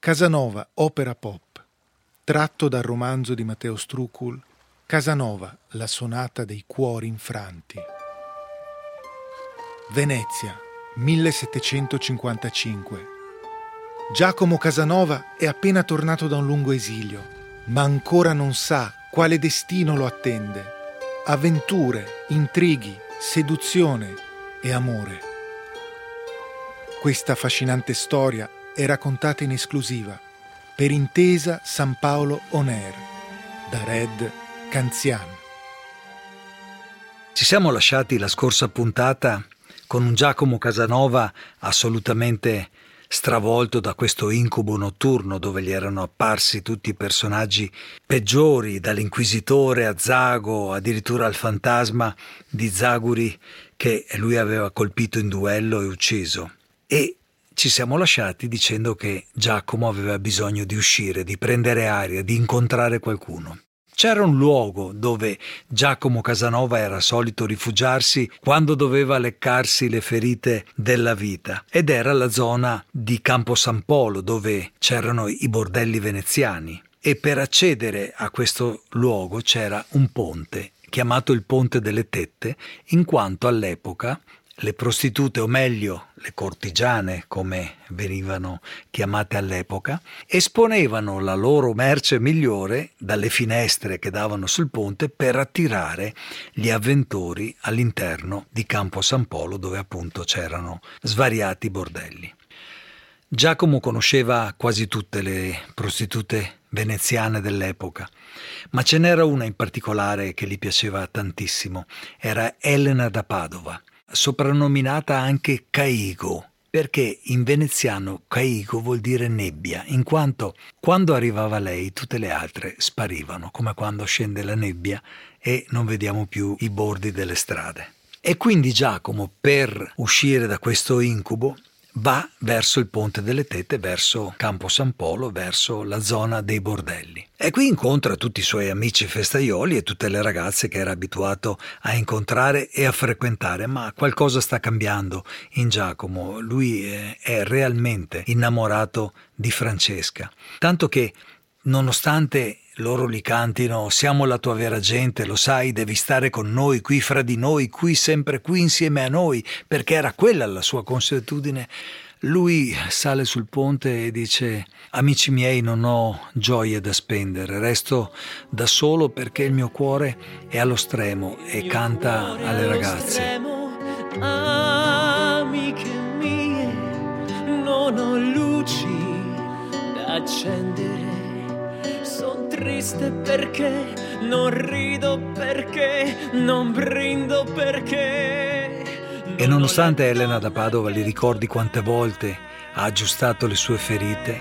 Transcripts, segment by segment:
Casanova, opera pop, tratto dal romanzo di Matteo Strucul, Casanova, la sonata dei cuori infranti. Venezia, 1755. Giacomo Casanova è appena tornato da un lungo esilio, ma ancora non sa quale destino lo attende. Avventure, intrighi, seduzione e amore. Questa affascinante storia è raccontata in esclusiva per Intesa San Paolo On Air da Red Canzian. Ci siamo lasciati la scorsa puntata con un Giacomo Casanova assolutamente stravolto da questo incubo notturno dove gli erano apparsi tutti i personaggi peggiori, dall'inquisitore a Zago, addirittura al fantasma di Zaguri che lui aveva colpito in duello e ucciso. E ci siamo lasciati dicendo che Giacomo aveva bisogno di uscire, di prendere aria, di incontrare qualcuno. C'era un luogo dove Giacomo Casanova era solito rifugiarsi quando doveva leccarsi le ferite della vita, ed era la zona di Campo San Polo, dove c'erano i bordelli veneziani. E per accedere a questo luogo c'era un ponte, chiamato il Ponte delle Tette, in quanto all'epoca le prostitute, o meglio le cortigiane come venivano chiamate all'epoca, esponevano la loro merce migliore dalle finestre che davano sul ponte per attirare gli avventori all'interno di Campo San Polo, dove appunto c'erano svariati bordelli. Giacomo conosceva quasi tutte le prostitute veneziane dell'epoca, ma ce n'era una in particolare che gli piaceva tantissimo, era Elena da Padova, soprannominata anche Caigo, perché in veneziano Caigo vuol dire nebbia, in quanto quando arrivava lei tutte le altre sparivano, come quando scende la nebbia e non vediamo più i bordi delle strade. E quindi Giacomo, per uscire da questo incubo, va verso il Ponte delle Tette, verso Campo San Polo, verso la zona dei bordelli. E qui incontra tutti i suoi amici festaioli e tutte le ragazze che era abituato a incontrare e a frequentare, ma qualcosa sta cambiando in Giacomo. Lui è realmente innamorato di Francesca, tanto che nonostante loro gli cantino «Siamo la tua vera gente, lo sai, devi stare con noi, qui fra di noi, qui sempre qui insieme a noi», perché era quella la sua consuetudine, lui sale sul ponte e dice «Amici miei, non ho gioie da spendere, resto da solo perché il mio cuore è allo stremo», e canta alle ragazze «Amiche mie, non ho luci da accendere, son triste perché non rido, perché non brindo, perché». E nonostante Elena da Padova gli ricordi quante volte ha aggiustato le sue ferite,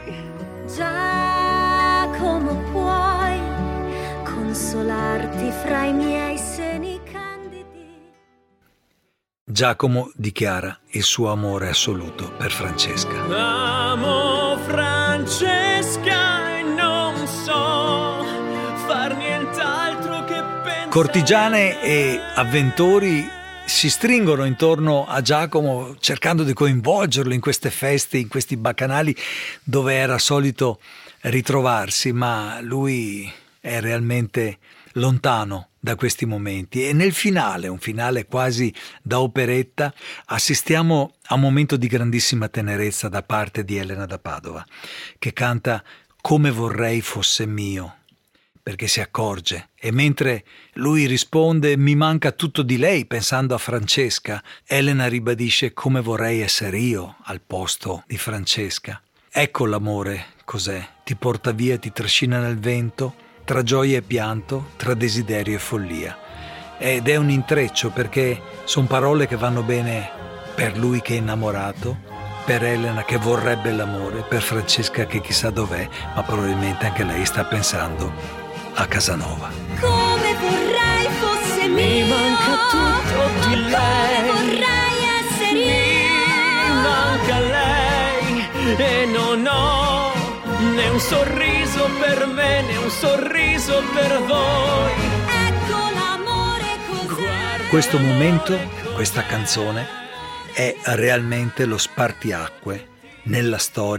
Giacomo, puoi consolarti fra i miei seni candidi. Giacomo dichiara il suo amore assoluto per Francesca. Amo Francesca e non so far nient'altro che pensare. Cortigiane e avventori si stringono intorno a Giacomo cercando di coinvolgerlo in queste feste, in questi bacchanali dove era solito ritrovarsi, ma lui è realmente lontano da questi momenti. E nel finale, un finale quasi da operetta, assistiamo a un momento di grandissima tenerezza da parte di Elena da Padova, che canta «Come vorrei fosse mio», perché si accorge, e mentre lui risponde «Mi manca tutto di lei», pensando a Francesca, Elena ribadisce «Come vorrei essere io al posto di Francesca». Ecco l'amore cos'è, ti porta via, ti trascina nel vento, tra gioia e pianto, tra desiderio e follia. Ed è un intreccio, perché sono parole che vanno bene per lui che è innamorato, per Elena che vorrebbe l'amore, per Francesca che chissà dov'è, ma probabilmente anche lei sta pensando a Casanova. Come vorrei fosse mio, mi manca tutto di lei, come vorrei essere mi manca lei, e non ho né un sorriso per me né un sorriso per voi. Ecco l'amore cos'è. Questo momento, questa canzone, è realmente lo spartiacque nella storia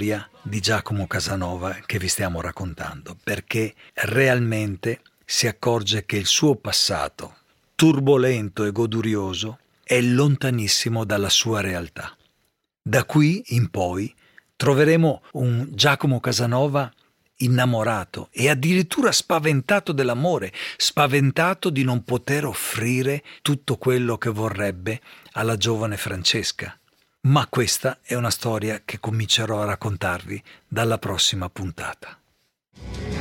di Giacomo Casanova che vi stiamo raccontando, perché realmente si accorge che il suo passato, turbolento e godurioso, è lontanissimo dalla sua realtà. Da qui in poi troveremo un Giacomo Casanova innamorato e addirittura spaventato dell'amore, spaventato di non poter offrire tutto quello che vorrebbe alla giovane Francesca. Ma questa è una storia che comincerò a raccontarvi dalla prossima puntata.